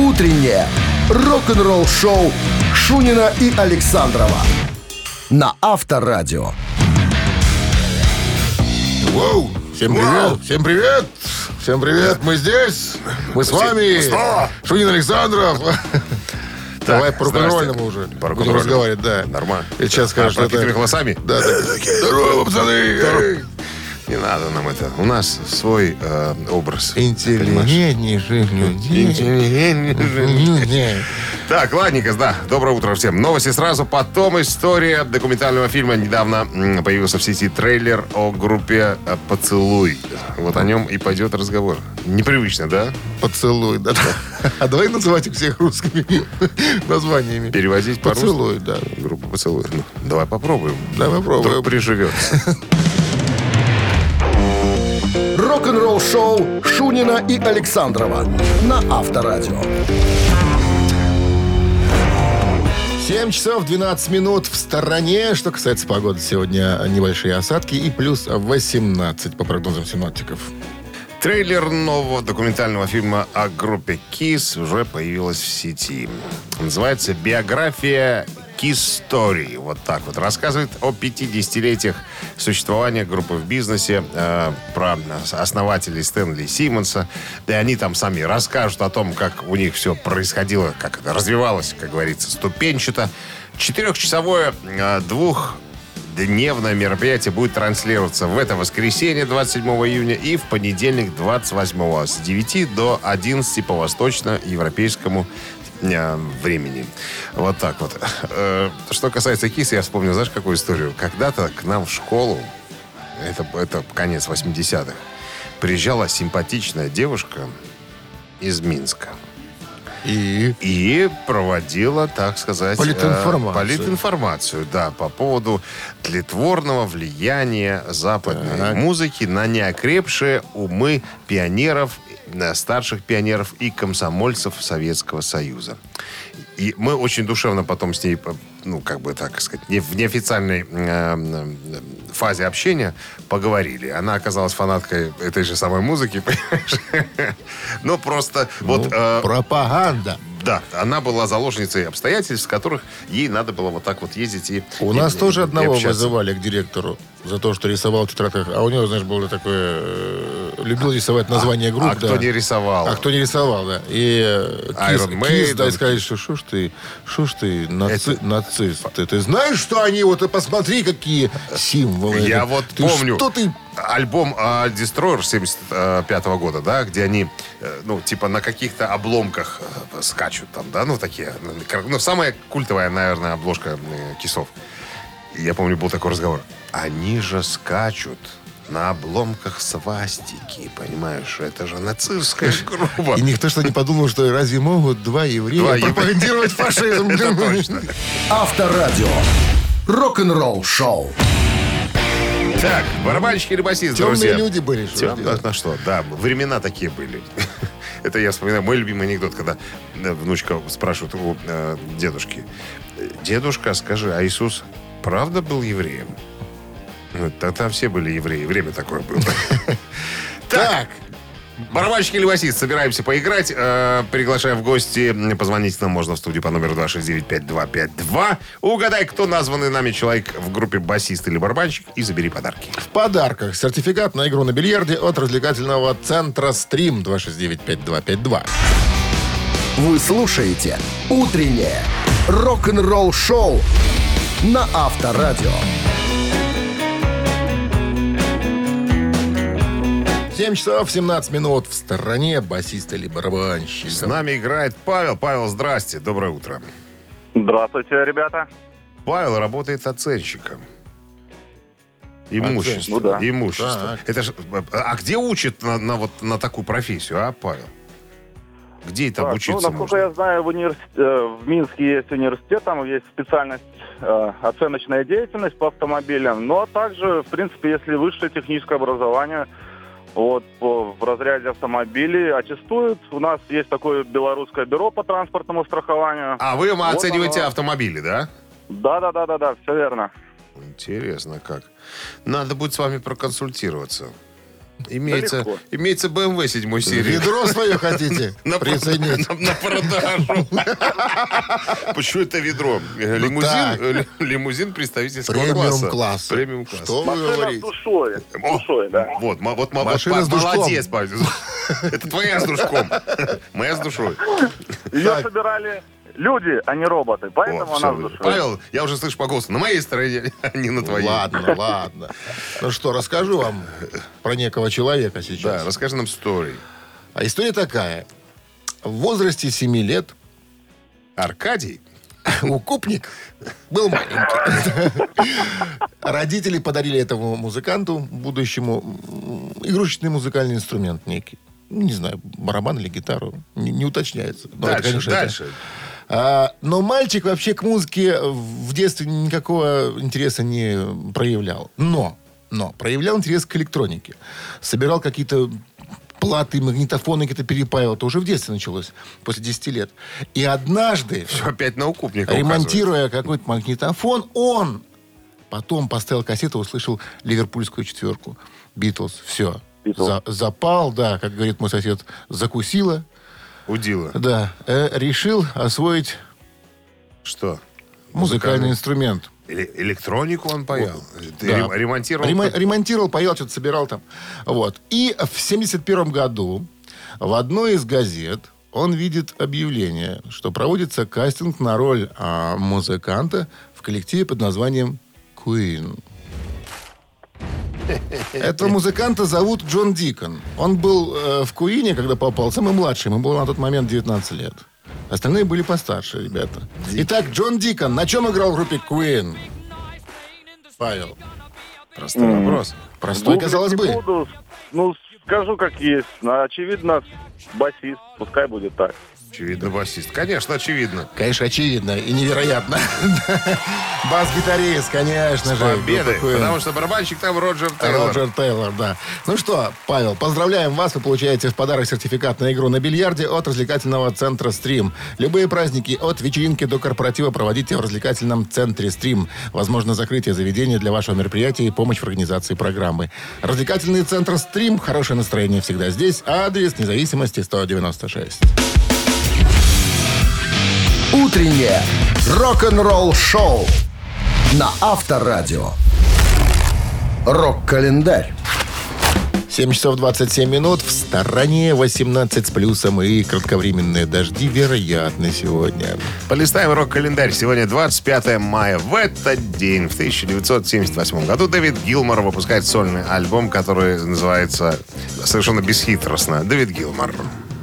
Утреннее рок-н-ролл-шоу Шунина и Александрова на Авторадио. Воу! Всем привет! Всем привет! Всем привет! Мы здесь! Мы с вами! Шунин, Александров! Давай по рок-н-ролльному уже. Будем разговаривать, да. Нормально. И сейчас скажешь, что это... голосами? Да. Здорово, пацаны! Не надо нам это. У нас свой образ. Интеллигентнейших людей. Так, ладненько, да. Доброе утро всем. Новости сразу, потом история документального фильма. Недавно появился в сети трейлер о группе «Поцелуй». Вот о нем и пойдет разговор. Непривычно, да? Поцелуй, да. А давай называть их всех русскими названиями. Переводить по-русски? Поцелуй, да. Группа «Поцелуй». Ну, давай попробуем. Давай попробуем. Вдруг приживется. Рок-н-ролл-шоу Шунина и Александрова на Авторадио. 7 часов 12 минут в стороне. Что касается погоды, сегодня небольшие осадки и плюс 18 по прогнозам синоптиков. Трейлер нового документального фильма о группе KISS уже появилась в сети. Называется «Биография KISS Story». Вот так вот. Рассказывает о 50-летиях существования группы в бизнесе, про основателей Стэнли Симмонса. И они там сами расскажут о том, как у них все происходило, как это развивалось, как говорится, ступенчато. 4-часовое двухдневное мероприятие будет транслироваться в это воскресенье, 27 июня, и в понедельник, 28 с 9 до 11 по восточноевропейскому времени. Вот так вот. Что касается KISS, я вспомнил, знаешь, какую историю? Когда-то к нам в школу, это конец 80-х, приезжала симпатичная девушка из Минска. И проводила, так сказать, политинформацию, да, по поводу тлетворного влияния западной музыки на неокрепшие умы пионеров, старших пионеров и комсомольцев Советского Союза. И мы очень душевно потом с ней, ну, как бы, так сказать, в неофициальной фазе общения поговорили. Она оказалась фанаткой этой же самой музыки, понимаешь? Ну, просто вот... Пропаганда. Да, она была заложницей обстоятельств, в которых ей надо было вот так вот ездить и... У нас тоже одного вызывали к директору за то, что рисовал в тетрадках. А у него, знаешь, было такое... Любил рисовать название групп. А кто не рисовал? А кто не рисовал, да. И Iron Maiden. Да, и сказали, что шо ж ты нацист. Ты знаешь, что они... Вот посмотри, какие символы. Я вот помню. Что ты... Альбом Destroyer 75 года, да, где они, ну, типа на каких-то обломках скачут там, да, ну, такие. Ну, самая культовая, наверное, обложка KISS-ов. Я помню, был такой разговор. Они же скачут на обломках свастики, понимаешь? Это же нацистская группа. И никто что не подумал, что разве могут два еврея пропагандировать фашизм? Это точно. Авторадио. Рок-н-ролл-шоу. Так, барабанщики или басист, друзья? Темные люди были. На что? Да, времена такие были. Это я вспоминаю мой любимый анекдот, когда внучка спрашивает у дедушки: «Дедушка, скажи, а Иисус правда был евреем?» Ну, тогда все были евреи. Время такое было. Так. Барабанщики или басист, собираемся поиграть. Приглашаем в гости. Позвонить нам можно в студию по номеру 269-5252. Угадай, кто названный нами человек в группе басист или барабанщик, и забери подарки. В подарках сертификат на игру на бильярде от развлекательного центра «Стрим». 269-5252. Вы слушаете «Утреннее рок-н-ролл-шоу» на Авторадио. 7 часов 17 минут в стороне. Басист или барабанщик. С нами играет Павел. Павел, здрасте. Доброе утро. Здравствуйте, ребята. Павел работает оценщиком. Имущество. Ну, да. Имущество. Это ж, а где учат на такую профессию, а, Павел? Где это обучиться насколько можно? я знаю, в Минске есть университет, там есть специальность оценочная деятельность по автомобилям. Но также, в принципе, если высшее техническое образование, вот, в разряде автомобилей аттестуют. У нас есть такое белорусское бюро по транспортному страхованию. А вы оцениваете автомобили, да? Да, все верно. Интересно как. Надо будет с вами проконсультироваться. Имеется Далеко. BMW 7 серии. Ведро свое хотите приценить? На продажу. Почему это ведро? Лимузин представительского класса. Премиум класс. Что вы Машина с говорите? душой. С душой, да. Вот, Машина с душком. молодец, Павел. Это твоя с душком. Моя с душой. Ее собирали люди, а не роботы. Поэтому О, она всё. с душой. Павел, я уже слышу по голосу. На моей стороне, а не на твоей. Ладно. Ну что, расскажу вам про некого человека Да, сейчас. расскажи нам историю. А история такая. В возрасте 7 лет Аркадий? укупник был маленький. Родители подарили этому музыканту, будущему, игрушечный музыкальный инструмент некий. Не знаю, барабан или гитару. Не уточняется. Но это, конечно, Дальше. Но мальчик вообще к музыке в детстве никакого интереса не проявлял. Но проявлял интерес к электронике. Собирал какие-то платы, магнитофоны какие-то перепаивал. Это уже в детстве началось, после 10 лет. И однажды, Все опять на укупника ремонтируя какой-то магнитофон, он потом поставил кассету, услышал ливерпульскую четверку. Битлз. Все. Запал, да, как говорит мой сосед, закусила. Удила. Да. Решил освоить Что? музыкальный инструмент. Электронику он паял? Ты Да. ремонтировал? Ремонтировал, паял, что-то собирал там. Вот. И в 1971 году в одной из газет он видит объявление, что проводится кастинг на роль музыканта в коллективе под названием Queen. Этого музыканта зовут Джон Дикон. Он был в Куине, когда попал, самый младший. Ему было на тот момент 19 лет. Остальные были постарше, ребята. Итак, Джон Дикон на чем играл в группе Queen? Павел. Простой вопрос. Простой, казалось бы. Не буду, скажу как есть. Очевидно, басист. Пускай будет так. Очевидно, басист. Конечно, очевидно. Конечно, очевидно и невероятно. Бас-гитарист, конечно же. Победы. Какой он. Потому что барабанщик там Роджер Тейлор. Роджер Тейлор, да. Ну что, Павел, поздравляем вас. Вы получаете в подарок сертификат на игру на бильярде от развлекательного центра «Стрим». Любые праздники от вечеринки до корпоратива проводите в развлекательном центре «Стрим». Возможно, закрытие заведения для вашего мероприятия и помощь в организации программы. Развлекательный центр «Стрим». Хорошее настроение всегда здесь. Адрес Независимости 196. Утреннее рок-н-ролл-шоу на Авторадио. Рок-календарь. 7 часов 27 минут. В стороне 18 с плюсом и кратковременные дожди вероятны сегодня. Полистаем рок-календарь. Сегодня 25 мая. В этот день, в 1978 году, Дэвид Гилмор выпускает сольный альбом, который называется совершенно бесхитростно «Дэвид Гилмор».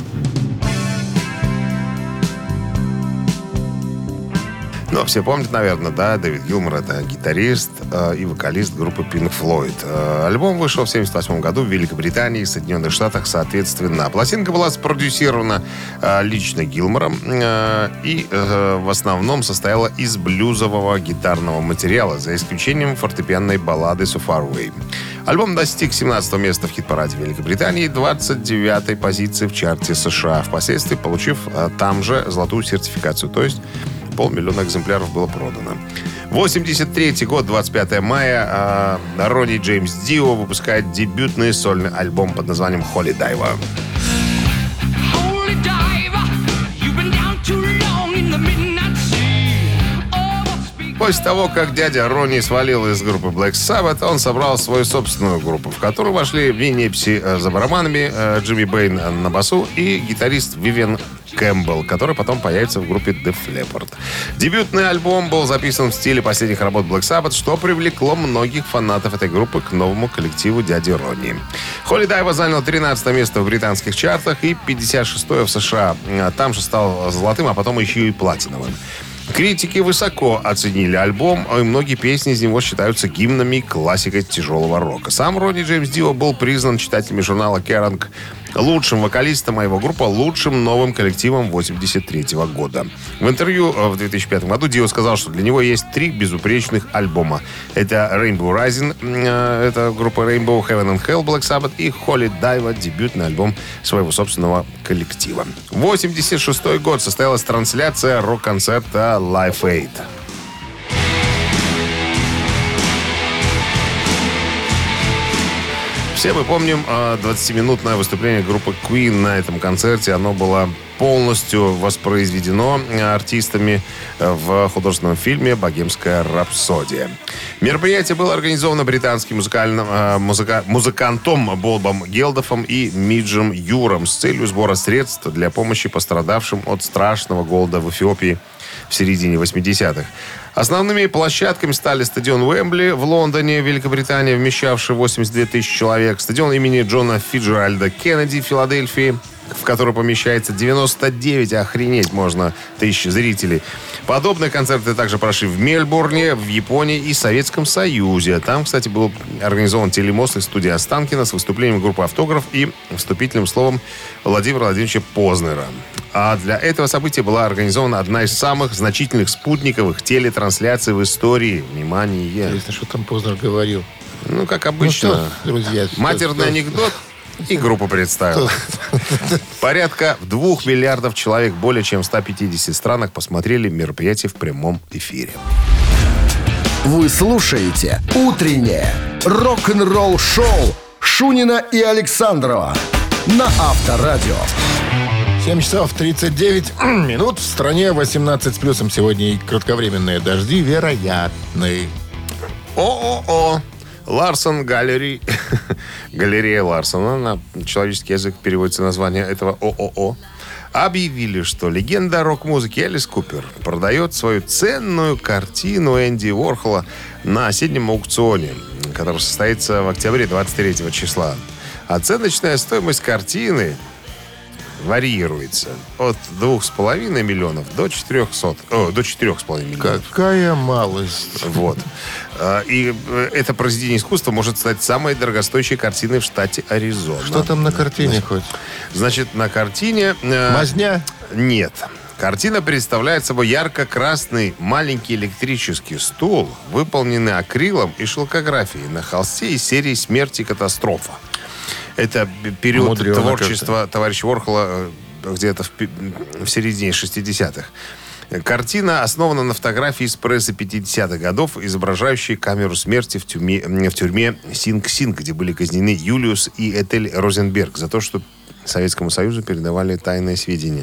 Ну, все помнят, наверное, да, Дэвид Гилмор — это гитарист и вокалист группы Pink Floyd. Альбом вышел в 1978 году в Великобритании и Соединенных Штатах соответственно. Пластинка была спродюсирована лично Гилмором и в основном состояла из блюзового гитарного материала, за исключением фортепианной баллады «So Far Away». Альбом достиг 17 места в хит-параде Великобритании и 29-й позиции в чарте США, впоследствии получив там же золотую сертификацию, то есть 500 000 экземпляров было продано. 83 год, 25 мая, Ронни Джеймс Дио выпускает дебютный сольный альбом под названием «Holy Diver». После того, как дядя Ронни свалил из группы Black Sabbath, он собрал свою собственную группу, в которую вошли Винни Эпси за барабанами, Джимми Бэйн на басу и гитарист Вивиан Кэмпбелл, который потом появится в группе Def Leppard. Дебютный альбом был записан в стиле последних работ Black Sabbath, что привлекло многих фанатов этой группы к новому коллективу дяди Ронни. Holy Diver занял 13 место в британских чартах и 56-е в США. Там же стал золотым, а потом еще и платиновым. Критики высоко оценили альбом, и многие песни из него считаются гимнами, классикой тяжелого рока. Сам Ронни Джеймс Дио был признан читателями журнала Kerrang! Лучшим вокалистом, а его группа лучшим новым коллективом 1983 года. В интервью в 2005 году Дио сказал, что для него есть 3 безупречных альбома. Это Rainbow Rising, это группа Rainbow, Heaven and Hell, Black Sabbath и Holy Diver, дебютный альбом своего собственного коллектива. 1986 год состоялась трансляция рок-концерта Live Aid. В Все мы помним 20-минутное выступление группы Queen на этом концерте. Оно было полностью воспроизведено артистами в художественном фильме «Богемская рапсодия». Мероприятие было организовано британским музыкантом Бобом Гелдофом и Миджем Юром с целью сбора средств для помощи пострадавшим от страшного голода в Эфиопии в середине 80-х. Основными площадками стали стадион Уэмбли в Лондоне, Великобритания, вмещавший 82 тысячи человек, стадион имени Джона Фиджеральда Кеннеди в Филадельфии, в который помещается 99, охренеть можно, тысяч зрителей. Подобные концерты также прошли в Мельбурне, в Японии и Советском Союзе. Там, кстати, был организован телемост из студии Останкино с выступлением группы «Автограф» и вступительным словом Владимира Владимировича Познера. А для этого события была организована одна из самых значительных спутниковых телетрансляций в истории. Внимание! Интересно, что там Познер говорил? Ну, как обычно. Ну, что, друзья, матерный анекдот. И группу представил. Порядка 2 миллиардов человек, более чем в 150 странах посмотрели мероприятие в прямом эфире. Вы слушаете «Утреннее рок-н-ролл-шоу» Шунина и Александрова на Авторадио. 7 часов 39 минут. В стране 18 с плюсом. Сегодня и кратковременные дожди вероятны. О-о-о! Ларсон Галлери. Галерея Ларсона. На человеческий язык переводится название этого ООО. Объявили, что легенда рок-музыки Элис Купер продает свою ценную картину Энди Уорхола на осеннем аукционе, который состоится в октябре 23 числа. Оценочная стоимость картины варьируется от 2,5 миллионов до 4,5 миллионов. Какая малость. Вот. И это произведение искусства может стать самой дорогостоящей картиной в штате Аризона. Что там на картине хоть? Значит, на картине... Мазня? Нет. Картина представляет собой ярко-красный маленький электрический стул, выполненный акрилом и шелкографией на холсте из серии «Смерть и катастрофа». Это период Мудрено творчества товарища Уорхола где-то в середине 60-х. Картина основана на фотографии из прессы 50-х годов, изображающей камеру смерти в тюрьме Синг-Синг, где были казнены Юлиус и Этель Розенберг за то, что Советскому Союзу передавали тайные сведения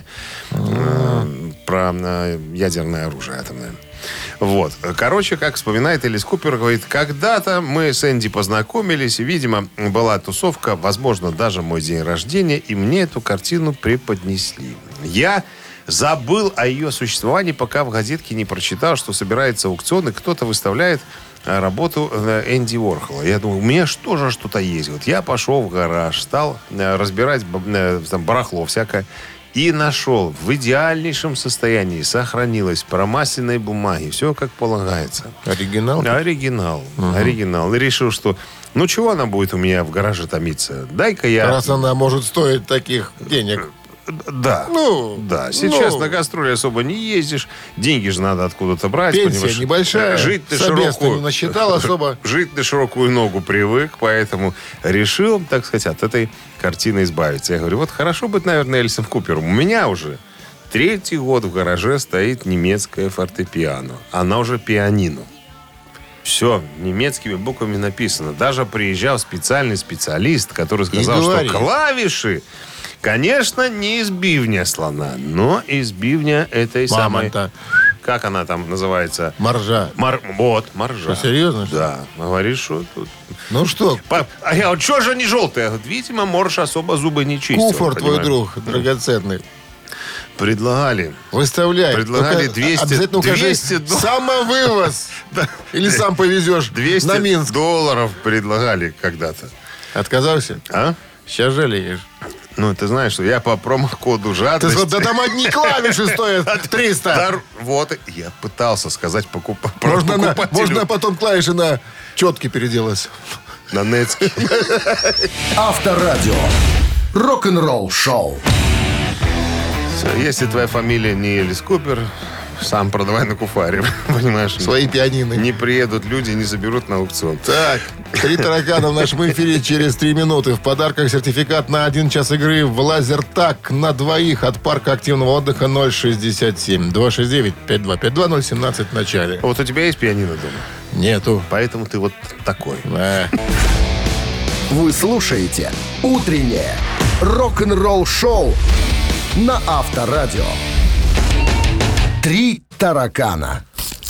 про ядерное оружие атомное. Вот. Короче, как вспоминает Элис Купер, говорит, когда-то мы с Энди познакомились, видимо, была тусовка, возможно, даже мой день рождения, и мне эту картину преподнесли. Я забыл о ее существовании, пока в газетке не прочитал, что собирается аукцион, и кто-то выставляет работу Энди Уорхола. Я думаю, у меня тоже что-то есть. Вот я пошел в гараж, стал разбирать там барахло всякое, и нашел в идеальнейшем состоянии, сохранилось в промасленной бумаге, все как полагается. Оригинал? Оригинал. Оригинал. И решил, что ну чего она будет у меня в гараже томиться? Дай-ка я... Раз она может стоить таких денег. Да. Да. Сейчас на гастроли особо не ездишь. Деньги же надо откуда-то брать. Пенсия понимаешь? небольшая. Жить ты Собесно не насчитал особо. Жить на широкую ногу привык, поэтому решил, так сказать, от этой картины избавиться. Я говорю, вот хорошо быть, наверное, Элисом Купером. У меня уже 3-й год в гараже стоит немецкое фортепиано. Она уже пианино. Все немецкими буквами написано. Даже приезжал специальный специалист, который сказал, что клавиши, конечно, не из бивня слона, но из бивня этой самой... Как она там называется? Моржа. Вот, моржа. Что, серьезно? Да. Говоришь, что тут... Ну что? А я вот, что же они желтые? Я говорю, видимо, морж особо зубы не чистил. Куфор твой друг драгоценный. Предлагали. Выставляй. Предлагали 200... Обязательно укажи 200 самовывоз. Или сам повезешь на Минск. $200 предлагали когда-то. Отказался? А? Сейчас жалеешь. Ну, ты знаешь, что я по промокоду жадности... Да там одни клавиши стоят 300. Вот, я пытался сказать Можно потом клавиши на четки переделать. На нетски. Авторадио. Рок-н-ролл шоу. Если твоя фамилия не Элис Купер, сам продавай на куфаре. Понимаешь? Свои пианины. Не приедут люди, не заберут на аукцион. Так, 3 таракана в нашем эфире через 3 минуты. В подарках сертификат на 1 час игры в лазертаг на двоих от парка активного отдыха 067 269 5252 017 в начале. Вот у тебя есть пианино дома? Нету. Поэтому ты вот такой. Вы слушаете «Утреннее рок-н-ролл-шоу» на Авторадио. «Три таракана».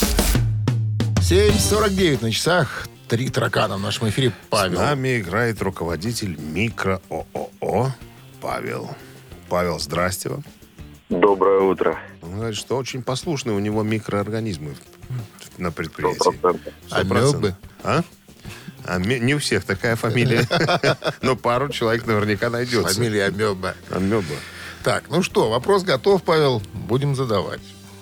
7:49 на часах. 3 таракана в нашем эфире. Павел. С нами играет руководитель микро ООО Павел. Павел, здрасте вам. Доброе утро. Он говорит, что очень послушные у него микроорганизмы на предприятии. 100%. Амебы. А? Не у всех такая фамилия. Но пару человек наверняка найдется. Фамилия Амеба. Амеба. Так, ну что, вопрос готов, Павел. Будем задавать.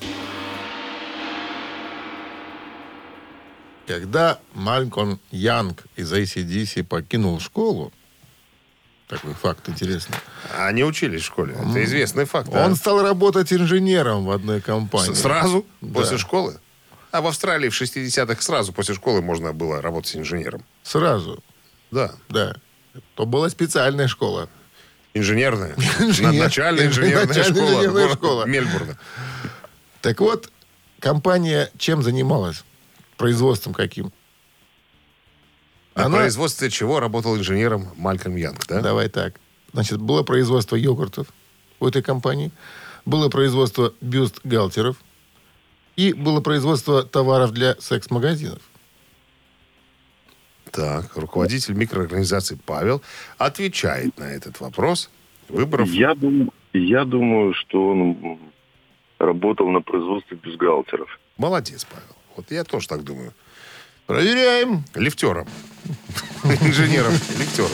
Когда Малькольм Янг из AC/DC покинул школу, такой факт интересный, Они учились в школе. Это известный факт. Да? он стал работать инженером в одной компании. Сразу? Да. После школы? А в Австралии в 60-х сразу после школы можно было работать инженером. Сразу, Да. да. То была специальная школа. Инженерная. Инженер. Начальная инженерная Начальная школа. инженерная Город школа. Мельбурна. Так вот, компания чем занималась? Производством каким? На производстве чего работал инженером Малькольм Янг, да? Давай так. Значит, было производство йогуртов у этой компании, было производство бюстгальтеров и было производство товаров для секс-магазинов. Так, руководитель микроорганизации Павел отвечает на этот вопрос, выбрав... Я думаю, что он работал на производстве бюстгальтеров. Молодец, Павел. Вот я тоже так думаю. Проверяем. Лифтером. Инженером, лифтером.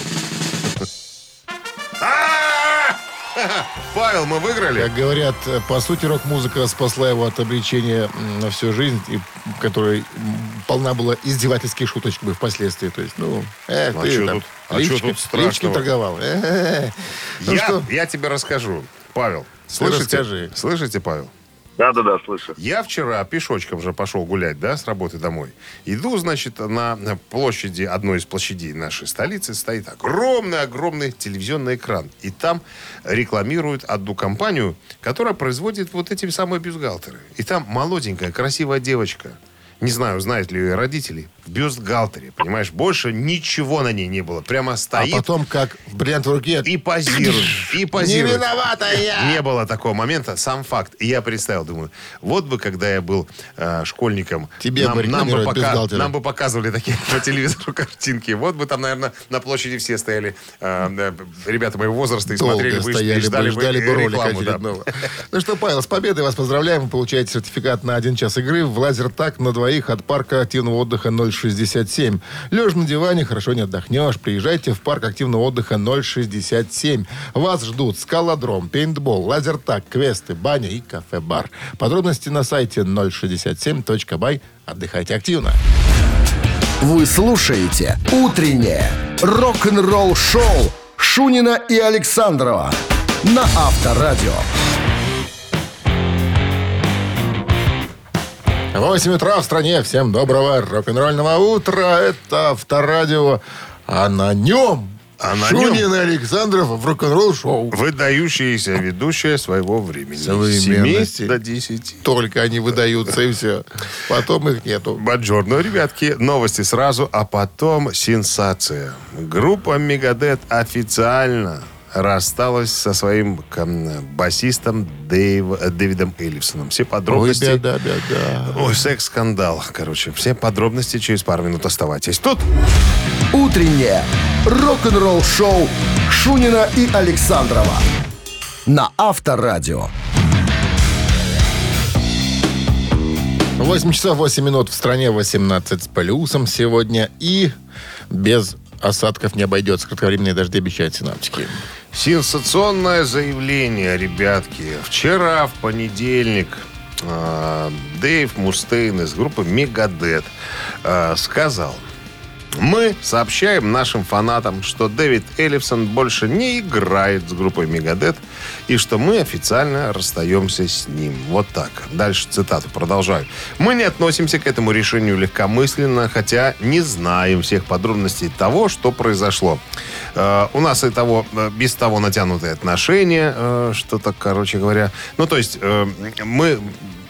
Павел, мы выиграли? Как говорят, по сути, рок-музыка спасла его от обречения на всю жизнь, и которой полна была издевательских шуточек бы впоследствии. То есть, ну, ты чё там тут- чё тут страшного? личкой торговал. Ну что, Я тебе расскажу. Павел, слышите? расскажи. Слышите, Павел? Да, слышу. Я вчера пешочком же пошел гулять, да, с работы домой. Иду, значит, на площади, одной из площадей нашей столицы, стоит огромный телевизионный экран. И там рекламируют одну компанию, которая производит вот эти самые бюстгальтеры. И там молоденькая, красивая девочка. Не знаю, знают ли ее родители. В бюстгальтере, понимаешь? Больше ничего на ней не было. Прямо а стоит потом, как бриллиант в руке, и позирует. И позирует. не виновата я! Не было такого момента, сам факт. И я представил, думаю, вот бы, когда я был школьником, Тебе бы рекламировать бюстгальтеры. нам бы показывали такие по телевизору картинки. Вот бы там, наверное, на площади все стояли, ребята моего возраста, и долго смотрели бы, и стояли ждали бы ролика рекламу. Да. очередного. Ну что, Павел, с победой вас поздравляем. Вы получаете сертификат на 1 час игры в лазертаг на двоих от парка активного отдыха 067. Лежа на диване, хорошо не отдохнешь. Приезжайте в парк активного отдыха 067. Вас ждут скалодром, пейнтбол, лазертаг, квесты, баня и кафе-бар. Подробности на сайте 067.by. Отдыхайте активно. Вы слушаете «Утреннее рок-н-ролл-шоу» Шунина и Александрова на Авторадио. 8 утра в стране. Всем доброго рок-н-ролльного утра. Это Авторадио. А на нем Шунин и Александров в рок-н-ролл шоу. Выдающаяся ведущая своего времени. Современности. 7 до 10. Только они выдаются, и все. Потом их нету. Бонжорно, ребятки. Новости сразу, а потом сенсация. Группа Мегадет официально рассталась со своим басистом Дэвидом Эллифсоном. Все подробности... Ой, беда. Ой, секс-скандал. Короче, все подробности через пару минут. Оставайтесь тут. Утреннее рок-н-ролл-шоу Шунина и Александрова на Авторадио. 8 часов 8 минут в стране, 18 с плюсом сегодня. И без осадков не обойдется. Кратковременные дожди обещают синаптики. Сенсационное заявление, ребятки. Вчера, в понедельник, Дэйв Мустейн из группы Мегадет сказал: мы сообщаем нашим фанатам, что Дэвид Эллифсон больше не играет с группой Мегадет и что мы официально расстаемся с ним. Вот так. Дальше цитату продолжаю. Мы не относимся к этому решению легкомысленно, хотя не знаем всех подробностей того, что произошло. У нас и того, без того натянутые отношения, что-то, короче говоря. Ну, то есть мы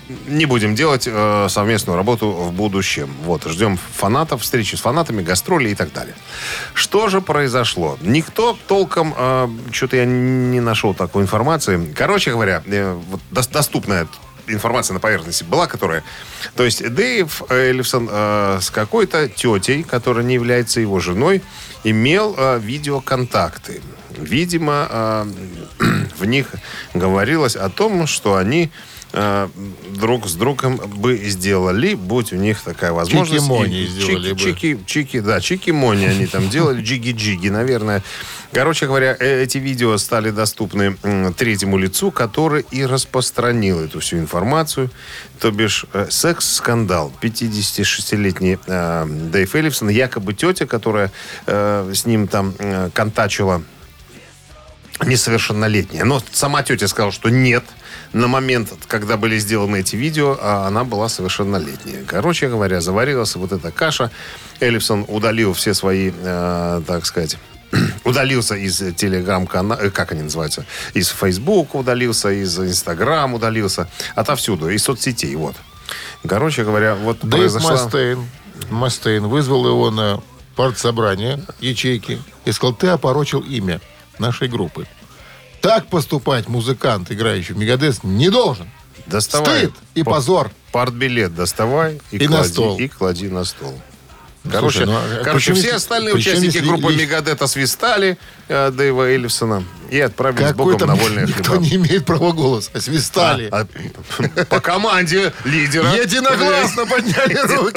не будем делать совместную работу в будущем. Вот, ждем фанатов, встречи с фанатами, гастроли и так далее. Что же произошло? Никто толком, что-то я не нашел такой информации. Короче говоря, вот доступная информация на поверхности была, которая... То есть Дэйв Эллифсон с какой-то тетей, которая не является его женой, имел видеоконтакты. Видимо, в них говорилось о том, что они друг с другом бы сделали, будь у них такая возможность. Чики-мони сделали бы. Чики-мони они там делали, джиги-джиги, наверное. Короче говоря, эти видео стали доступны третьему лицу, который и распространил эту всю информацию. То бишь, секс-скандал. 56-летний Дэйв Эллифсон, якобы тетя, которая с ним там контачила, несовершеннолетняя. Но сама тетя сказала, что нет. На момент, когда были сделаны эти видео, она была совершеннолетняя. Короче говоря, заварилась вот эта каша. Эллифсон удалил все свои, так сказать, удалился из телеграм-канала, как они называются, из Фейсбука удалился, из Инстаграм удалился, отовсюду, из соцсетей, вот. Короче говоря, вот Дэйв Мастейн вызвал его на партсобрание ячейки и сказал: ты опорочил имя нашей группы. Так поступать музыкант, играющий в Мегадес, не должен. Доставай. Стыд и позор. Партбилет доставай и на стол. И клади на стол. Слушай, Короче, все остальные участники группы Мегадет свистали Дэйва Эллифсона и отправились с Богом на вольные хлеба. Никто не имеет права голоса. Свистали. По команде лидера. Единогласно подняли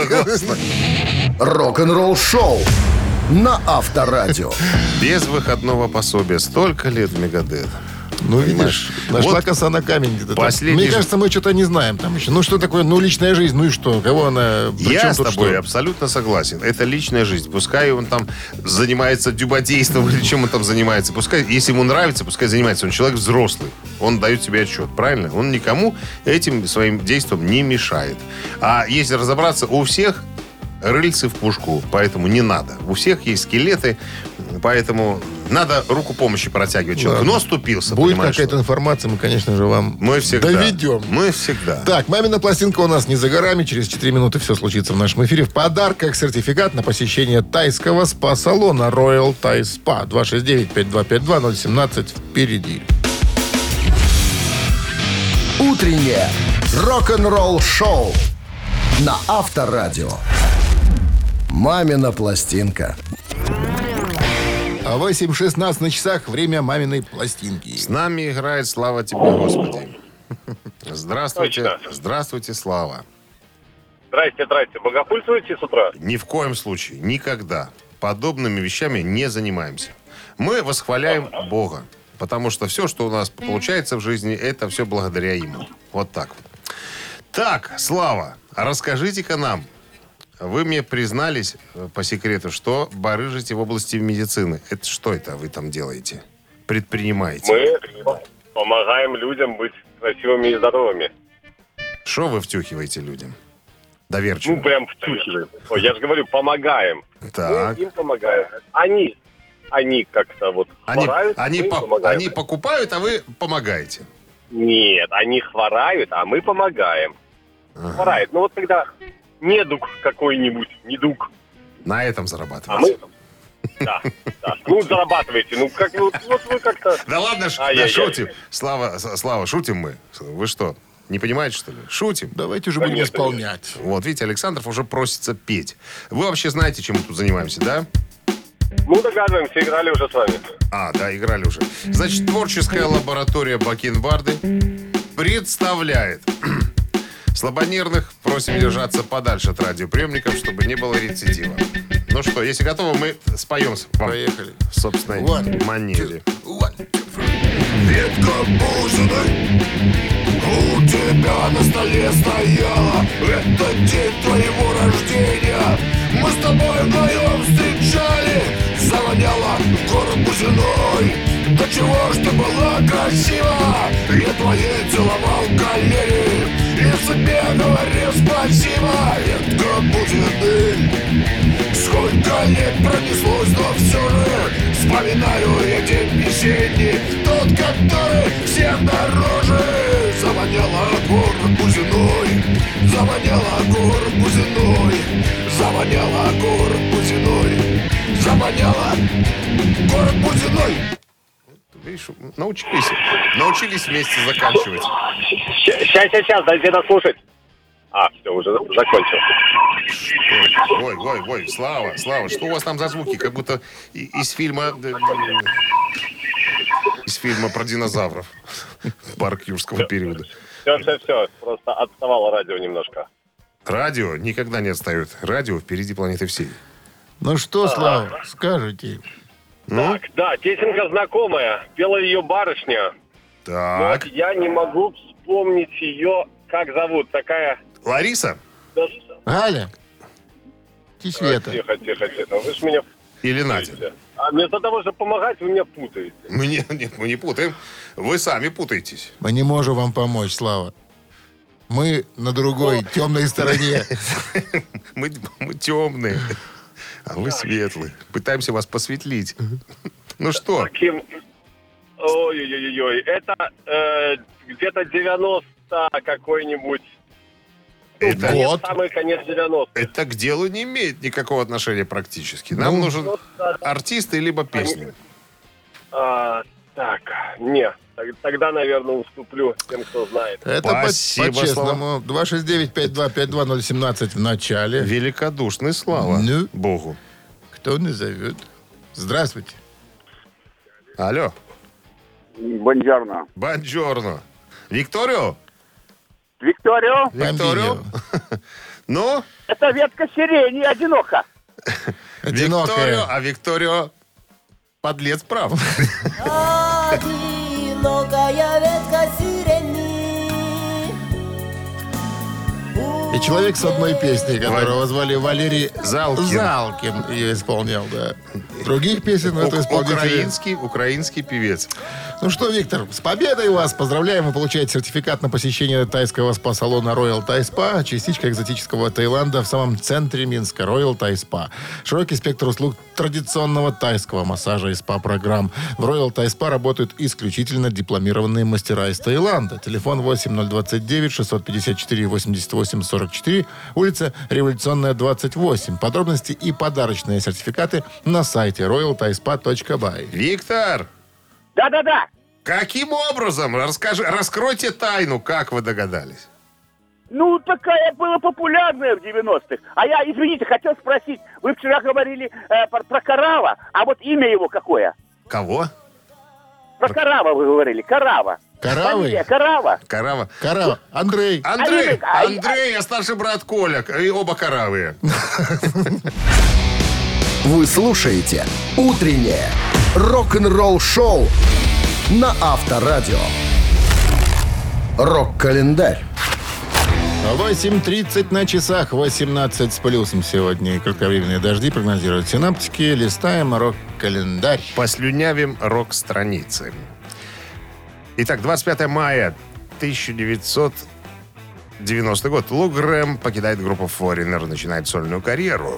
руки. Рок-н-ролл шоу на Авторадио. Без выходного пособия. Столько лет в Мегадет. Ну, видишь, нашла вот коса на камень где-то. Последний... Мне кажется, мы что-то не знаем там еще. Ну, что такое, личная жизнь, ну и что? Кого она... Я с тобой абсолютно согласен. Это личная жизнь. Пускай он там занимается дюбодейством или чем он там занимается. Пускай, если ему нравится, пускай занимается. Он человек взрослый. Он дает себе отчет, правильно? Он никому этим своим действием не мешает. А если разобраться, у всех рыльцы в пушку, поэтому не надо. У всех есть скелеты, поэтому надо руку помощи протягивать человеку. Но оступился, будет какая-то информация, мы, конечно же, вам доведем. Мы всегда. Так, «Мамина пластинка» у нас не за горами. Через 4 минуты все случится в нашем эфире. В подарках сертификат на посещение тайского спа-салона Royal Thai Spa. 269-5252-017 впереди. Утреннее рок-н-ролл-шоу на Авторадио. «Мамина пластинка». 8:16 на часах. Время «Маминой пластинки». С нами играет «Слава тебе, Господи». Здравствуйте. Точно. Здравствуйте, Слава. Здрасте. Богохульствуете с утра? Ни в коем случае, никогда подобными вещами не занимаемся. Мы восхваляем Бога, потому что все, что у нас получается в жизни, это все благодаря Ему. Вот так вот. Так, Слава, расскажите-ка нам. Вы мне признались, по секрету, что барыжите в области медицины. Это что это вы там делаете? Предпринимаете? Мы помогаем людям быть красивыми и здоровыми. Что вы втюхиваете людям? Доверчиво. Ну, прям втюхиваем. Я же говорю, помогаем. Так. Мы им помогаем. Они как-то вот хворают, мы им помогаем. Они покупают, а вы помогаете? Нет, они хворают, а мы помогаем. Ага. Хворают. Ну вот когда... Недуг какой-нибудь, недуг. На этом А зарабатываете? мы... Да. Ну, зарабатываете. Ну, как вот вы как-то... Да ладно, шутим. Слава, шутим мы. Вы что, не понимаете, что ли? Шутим. Давайте уже будем исполнять. Вот, видите, Александров уже просится петь. Вы вообще знаете, чем мы тут занимаемся, да? Мы догадываемся, играли уже с вами. Да, играли уже. Значит, творческая лаборатория Бакенбарды представляет... Слабонервных просим держаться подальше от радиоприемников, чтобы не было рецидива. Ну что, если готовы, мы споем вам. Поехали. В собственной манере. Ветка бусины у тебя на столе стояла. Это день твоего рождения. Мы с тобой вдвоем встречали. Завоняло город бузиной. До чего ж ты была красива. Я твоей целовал колени и себе говорил спасибо. Ветка бузины. Сколько лет пронеслось, но все же вспоминаю я день весенний, тот, который всем дороже. Завоняло город бузиной. Завоняло город бузиной, завоняло город бузиной, завоняло город бузиной. Видишь, научились вместе заканчивать. Сейчас, дайте дослушать. Все, уже закончил. Ой, Слава, что у вас там за звуки? Как будто из фильма про динозавров. Парк юрского периода. Все. Просто отставало радио немножко. Радио никогда не отстает. Радио впереди планеты всей. Ну что, Слава, скажете? Так, да, песенка знакомая. Пела ее барышня. Так. Но я не могу вспомнить ее, как зовут. Такая... Лариса? Галя? Света. Тихо. Вы ж меня... Или Надя? Вместо того, чтобы помогать, вы меня путаете. Нет, мы не путаем. Вы сами путаетесь. Мы не можем вам помочь, Слава. Мы на другой, темной стороне. Мы темные, а вы светлые. Пытаемся вас посветлить. Ну что? Ой-ой-ой. Это где-то 90 какой-нибудь... Самый конец 90-х. Это к делу не имеет никакого отношения практически. Нам нужен артист либо песня. Тогда, наверное, уступлю тем, кто знает. Это по-честному. 269-5252-017 в начале. Великодушный, Слава Богу. Кто назовет? Здравствуйте. Алло. Бонджорно. Викторио? Викторио. Ну? Это ветка сирени, одиноко. Викторио, а Викторио подлец прав. Одинокая ветка сирени. И человек с одной песней, которого звали Валерий Залкин, ее исполнял, да. Других песен это исполнитель. Украинский певец. Ну что, Виктор, с победой вас! Поздравляем! Вы получаете сертификат на посещение тайского спа-салона Royal Thai Spa, частичка экзотического Таиланда в самом центре Минска. Royal Thai Spa. Широкий спектр услуг традиционного тайского массажа и спа-программ. В Royal Thai Spa работают исключительно дипломированные мастера из Таиланда. Телефон 8029-654-88-44, улица Революционная, 28. Подробности и подарочные сертификаты на сайте royalthaispa.by. Виктор! Да. Каким образом? Раскройте тайну, как вы догадались? Ну, такая была популярная в 90-х. А я, извините, хотел спросить, вы вчера говорили про Карава, а вот имя его какое? Кого? Про Карава вы говорили, Карава. Каравы? Фамилия Карава. Карава. Андрей, я старший брат Коля. И оба каравые. Вы слушаете «Утреннее рок-н-ролл-шоу» на Авторадио. Рок-календарь. 8:30 на часах, 18 с плюсом сегодня. И кратковременные дожди прогнозируют синаптики. Листаем рок-календарь. Послюнявим рок-страницы. Итак, 25 мая 1990 год. Лу Грэм покидает группу Foreigner, начинает сольную карьеру.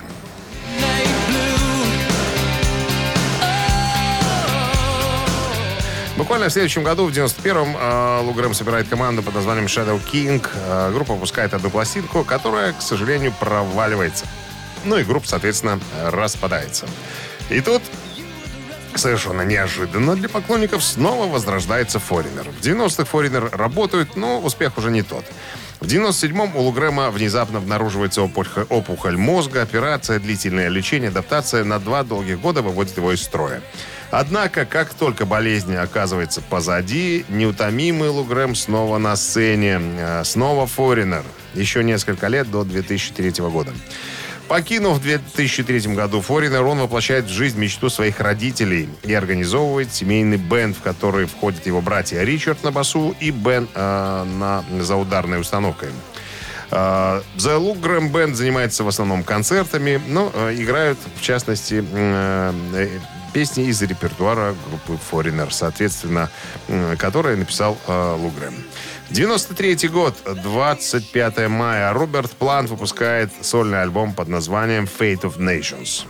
Буквально в следующем году, в 91-м, Лу Грэм собирает команду под названием Shadow King. Группа выпускает одну пластинку, которая, к сожалению, проваливается. Ну и группа, соответственно, распадается. И тут, совершенно неожиданно для поклонников, снова возрождается Foreigner. В 90-х Foreigner работают, но успех уже не тот. В 97-м у Лу Грэма внезапно обнаруживается опухоль мозга, операция, длительное лечение, адаптация на 2 долгих года выводит его из строя. Однако, как только болезнь оказывается позади, неутомимый Лу Грэм снова на сцене, снова Foreigner. Еще несколько лет до 2003 года. Покинув в 2003 году Foreigner, он воплощает в жизнь мечту своих родителей и организовывает семейный бэнд, в который входят его братья Ричард на басу и Бен за ударной установкой. The Lou Gramm Band занимается в основном концертами, но играют, в частности, песни из репертуара группы Foreigner, соответственно, которые написал Лу Грэм. 93 год, 25 мая, Роберт Плант выпускает сольный альбом под названием Fate of Nations.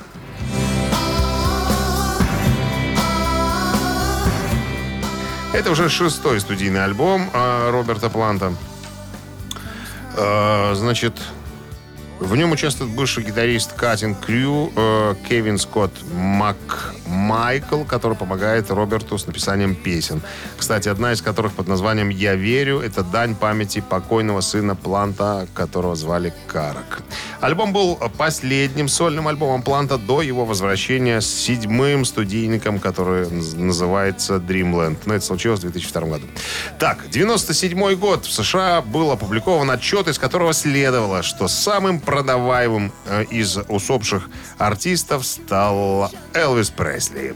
Это уже 6-й студийный альбом Роберта Планта. Значит, в нем участвует бывший гитарист Cutting Crew Кевин Скотт Макмайкл, который помогает Роберту с написанием песен. Кстати, одна из которых под названием «Я верю» — это дань памяти покойного сына Планта, которого звали Карак. Альбом был последним сольным альбомом Планта до его возвращения с 7-м студийником, который называется Dreamland. Но это случилось в 2002 году. Так, 97 год. В США был опубликован отчет, из которого следовало, что самым продаваемым из усопших артистов стал Элвис Пресли.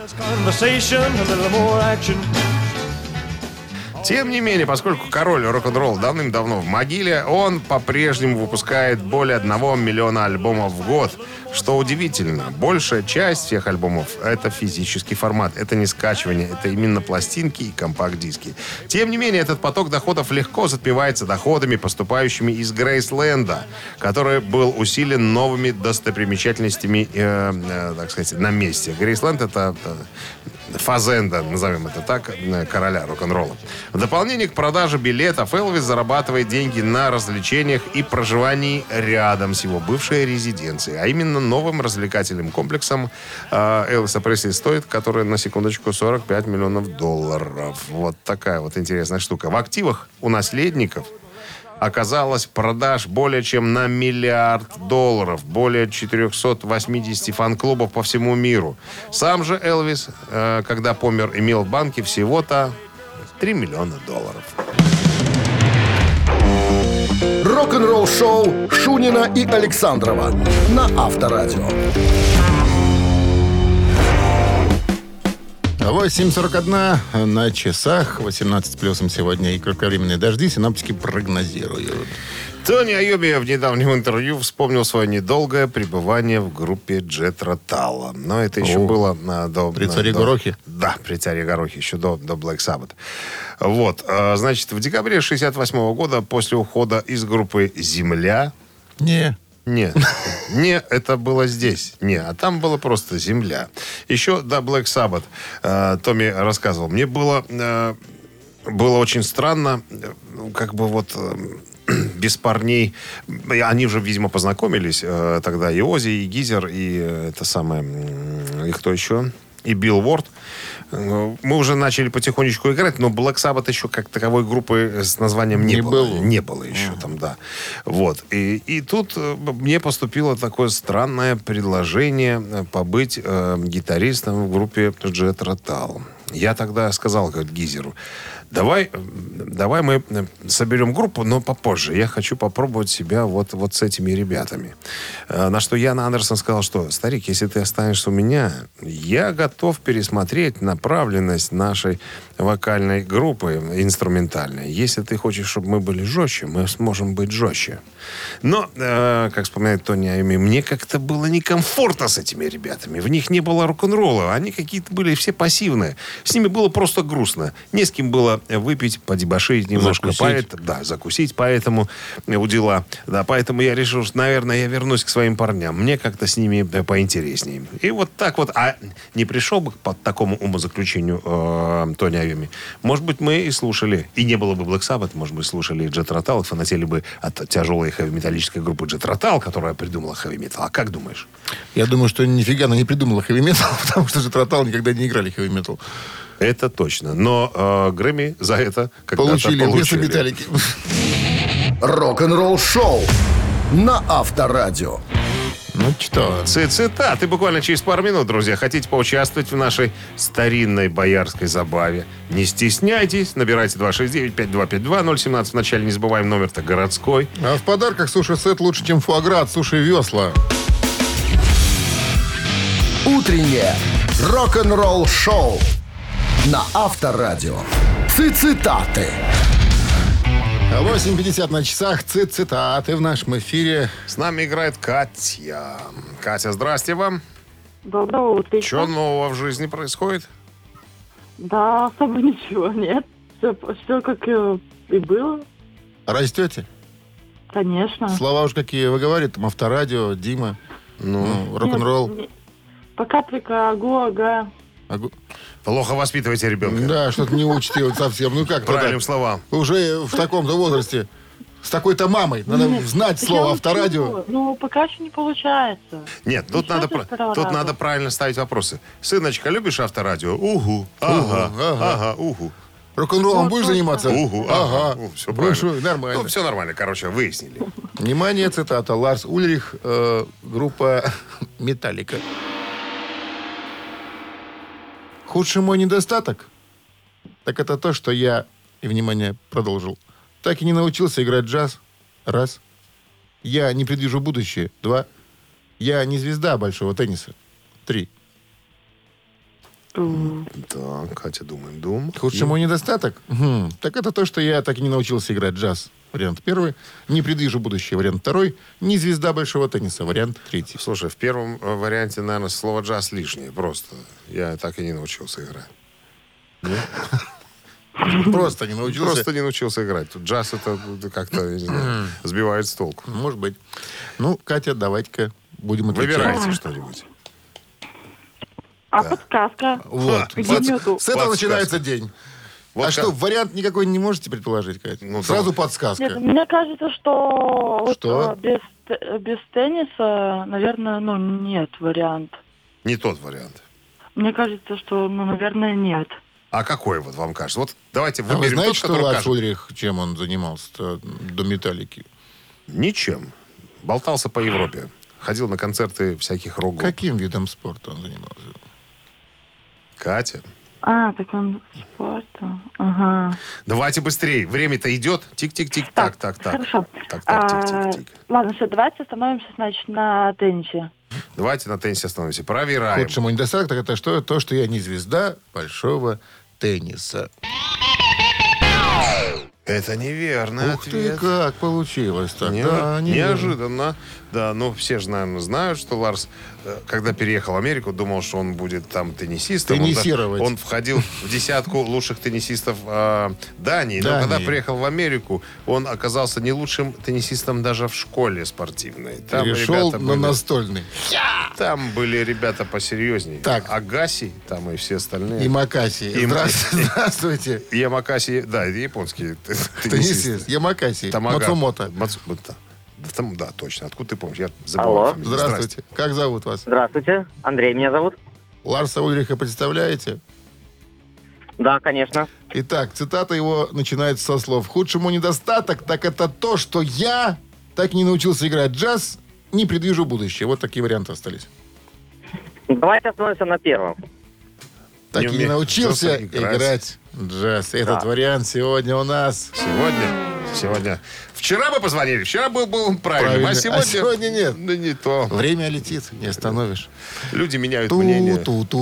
Тем не менее, поскольку король рок-н-ролл давным-давно в могиле, он по-прежнему выпускает более 1 миллиона альбомов в год. Что удивительно, большая часть всех альбомов — это физический формат. Это не скачивание, это именно пластинки и компакт-диски. Тем не менее, этот поток доходов легко затмевается доходами, поступающими из Грейсленда, который был усилен новыми достопримечательностями, так сказать, на месте. Грейсленд — это фазенда, назовем это так, короля рок-н-ролла. В дополнение к продаже билетов Элвис зарабатывает деньги на развлечениях и проживании рядом с его бывшей резиденцией, а именно новым развлекательным комплексом Элвиса Пресли стоит, который, на секундочку, $45 миллионов. Вот такая вот интересная штука. В активах у наследников оказалось продаж более чем на $1 миллиард, более 480 фан-клубов по всему миру. Сам же Элвис, когда помер, имел в банке всего-то $3 миллиона. Рок-н-ролл шоу Шунина и Александрова на Авторадио. 8:41 на часах, 18 с плюсом сегодня и кратковременные дожди синоптики прогнозируют. Тони Айоби в недавнем интервью вспомнил свое недолгое пребывание в группе Jet Ратала. Но это еще было до... При царе Горохе? Да, при царе Горохе, еще до Black Sabbath. Вот, значит, в декабре 1968 года, после ухода из группы «Земля». Нет, это было здесь. А там было просто «Земля». Еще до Black Sabbath Томми рассказывал. Мне было очень странно, как бы вот... без парней. Они уже, видимо, познакомились тогда. И Оззи, и Гизер, и это самое... И кто еще? И Билл Уорд. Мы уже начали потихонечку играть, но Black Sabbath еще как таковой группы с названием не было. Не было еще там, да. Вот. И тут мне поступило такое странное предложение побыть гитаристом в группе Jet Ратал. Я тогда сказал Гизеру: давай мы соберем группу, но попозже. Я хочу попробовать себя вот с этими ребятами. На что Ян Андерсон сказал, что: старик, если ты останешься у меня, я готов пересмотреть направленность нашей вокальной группы инструментальной. Если ты хочешь, чтобы мы были жестче, мы сможем быть жестче. Но, как вспоминает Тони Айоми, мне как-то было некомфортно с этими ребятами. В них не было рок-н-ролла. Они какие-то были все пассивные. С ними было просто грустно. Не с кем было выпить, подебоширить немножко. Закусить, поэтому удила. Да, поэтому я решил, что, наверное, я вернусь к своим парням. Мне как-то с ними поинтереснее. И вот так вот. А не пришел бы под такому умозаключению Тони Айоми, может быть, мы и слушали. И не было бы Black Sabbath, может быть, слушали Jet Ратал, фанатели бы от тяжелой хэви-металлической группы Jet Ратал, которая придумала хэви-метал. А как думаешь? Я думаю, что нифига она не придумала хэви-метал, потому что Jet Ратал никогда не играли хэви-метал. Это точно. Но Грэмми за это когда-то получили. Вместо Металлики. Рок-н-ролл шоу на Авторадио. Ну что? Цитаты буквально через пару минут, друзья. Хотите поучаствовать в нашей старинной боярской забаве? Не стесняйтесь. Набирайте 269-5252. 017 в начале. Не забываем, номер-то городской. А в подарках суши-сет лучше, чем фуагра от Суши Весла. Утреннее рок-н-ролл шоу на Авторадио. Цитаты. 8:50 на часах. Цитаты в нашем эфире. С нами играет Катя. Катя, здрасте вам. Доброе утро. Что нового в жизни происходит? Да, особо ничего нет. Все как и было. Растете? Конечно. Слова уж какие вы говорите. Там Авторадио, Дима. Рок-н-ролл. Нет, пока только ага. Плохо воспитываете ребенка. Да, что-то не учите его совсем. Ну как правильным словам. Уже в таком-то возрасте. С такой-то мамой. Надо знать слово авторадио. Ну, пока еще не получается. Нет, тут надо правильно ставить вопросы. Сыночка, любишь авторадио? Угу. Ага. Угу. Рок-н-роллом будешь заниматься? Угу. Ага. Все правильно. Нормально. Ну, все нормально. Короче, выяснили. Внимание, цитата. Ларс Ульрих, группа «Металлика». Худший мой недостаток, так это то, что я, и, внимание, продолжил, так и не научился играть джаз. Раз. Я не предвижу будущее. Два. Я не звезда большого тенниса. Три. Да, Катя, думаем. Худший мой недостаток? Так это то, что я так и не научился играть джаз. Вариант первый. Не предвижу будущее. Вариант второй. Не звезда большого тенниса. Вариант третий. Слушай, в первом варианте, наверное, слово «джаз» лишнее. Просто. Я так и не научился играть. Просто не научился. Просто не научился играть. Тут джаз это как-то, я не знаю, сбивает с толку. Может быть. Ну, Катя, давайте-ка будем отвечать. Выбирайте что-нибудь. А подсказка? Вот. С этого начинается день. Вот а что, вариант никакой не можете предположить, Катя? Сразу подсказка. Нет, мне кажется, что Что? Вот, без тенниса, наверное, нет вариант. Не тот вариант. Мне кажется, что, наверное, нет. А какой вот вам кажется? Вот давайте А вы выберем знаете, тот, что который Ларс кажется. Ульрих, чем он занимался до «Металлики»? Ничем. Болтался по Европе. Ходил на концерты всяких рок-групп. Каким видом спорта он занимался? Катя. Так он спорта. Ага. Давайте быстрее. Время-то идет. Тик-тик-тик. Так. Хорошо. Так, тик-тик-тик. Ладно, все, давайте остановимся, значит, на теннисе. Давайте на теннисе остановимся. Проверяем. Худший мой недостаток, так это что? То, что я не звезда большого тенниса. Это неверный Ух ответ. ты, как получилось так. Неожиданно. Да, ну все же, наверное, знают, что Ларс, когда переехал в Америку, думал, что он будет там теннисистом. Теннисировать. Он входил в десятку лучших теннисистов Дании. Но когда приехал в Америку, он оказался не лучшим теннисистом даже в школе спортивной. Там Перешел ребята на настольный. Там были ребята посерьезнее. Так. Агаси, там и все остальные. И Макаси. Здравствуйте. Ямакаси, да, японские Теннисист. Ямакаси. Мацумото. Да, точно. Откуда ты помнишь? Я забыл. Алло. Здравствуйте. Как зовут вас? Здравствуйте. Андрей меня зовут. Ларса Ульриха представляете? Да, конечно. Итак, цитата его начинается со слов. «Худший мой недостаток, так это то, что я так и не научился играть джаз, не предвижу будущее». Вот такие варианты остались. Давайте остановимся на первом. Так и не научился играть джаз. Этот вариант сегодня у нас. Сегодня. Вчера мы позвонили. Вчера был правильным. А сегодня нет. Ну, не то. Время летит, не остановишь. Люди меняют мнение.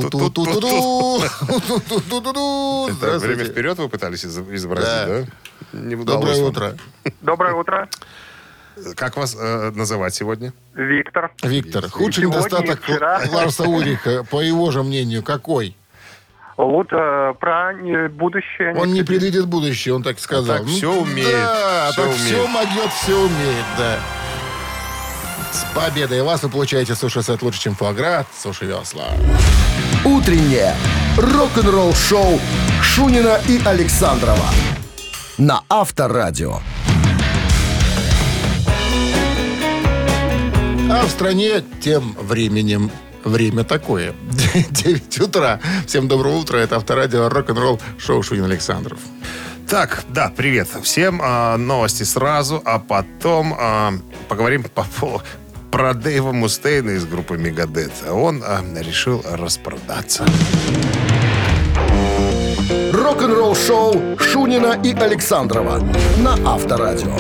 Это время вперед вы пытались изобразить, да? Не удалось Доброе вам. утро. Доброе утро. Как вас называть сегодня? Виктор. Виктор, худший недостаток Ларса Ульриха, по его же мнению, какой? Вот про будущее. Он не предвидит будущее, он так сказал. Так все умеет. Да, все так умеет. все могет, все умеет, да. С победой вас вы получаете суши-сет лучше, чем фуагра, суши-весла. Утреннее рок-н-ролл-шоу Шунина и Александрова на Авторадио. А в стране тем временем время такое. 9 утра. Всем доброго утра. Это Авторадио рок-н-ролл шоу Шунин Александров. Так, да, привет всем. Новости сразу, а потом поговорим про Дэйва Мустейна из группы Мегадет. Он решил распродаться. Рок-н-ролл шоу Шунина и Александрова на Авторадио.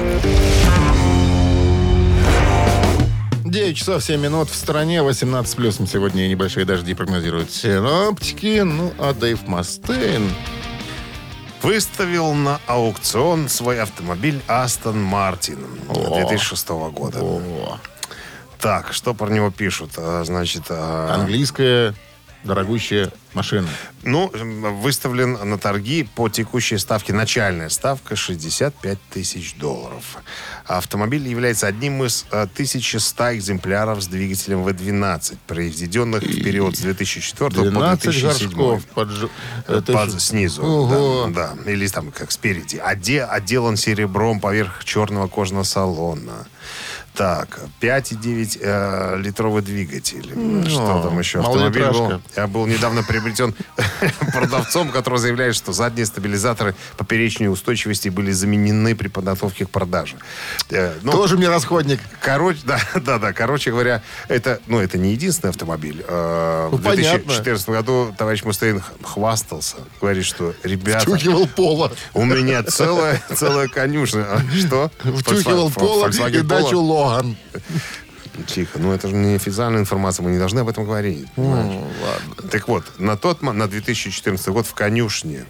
9 часов 7 минут. В стране 18 плюсом сегодня и небольшие дожди прогнозируют синоптики. Ну, а Дэйв Мустейн выставил на аукцион свой автомобиль Астон Мартин 2006 года. Так, что про него пишут? Значит, английская дорогущая машины? Ну, выставлен на торги по текущей ставке. Начальная ставка $65 тысяч. Автомобиль является одним из 1100 экземпляров с двигателем V12, произведенных в период с 2004 по 2007. Снизу. Ого. Да, или там как спереди. Отделан серебром поверх черного кожаного салона. Так, 5,9 литровый двигатель. Что там еще? Автомобиль был недавно приобретен продавцом, который заявляет, что задние стабилизаторы поперечной устойчивости были заменены при подготовке к продаже. Тоже мне расходник. Короче говоря, это не единственный автомобиль. В 2014 году товарищ Мустейн хвастался. Говорит, что, ребята... Втюхивал Поло. У меня целая конюшня. Что? Втюхивал Поло и дачу Логан. Тихо, это же не официальная информация, мы не должны об этом говорить. Ладно. Так вот, на 2014 год в конюшне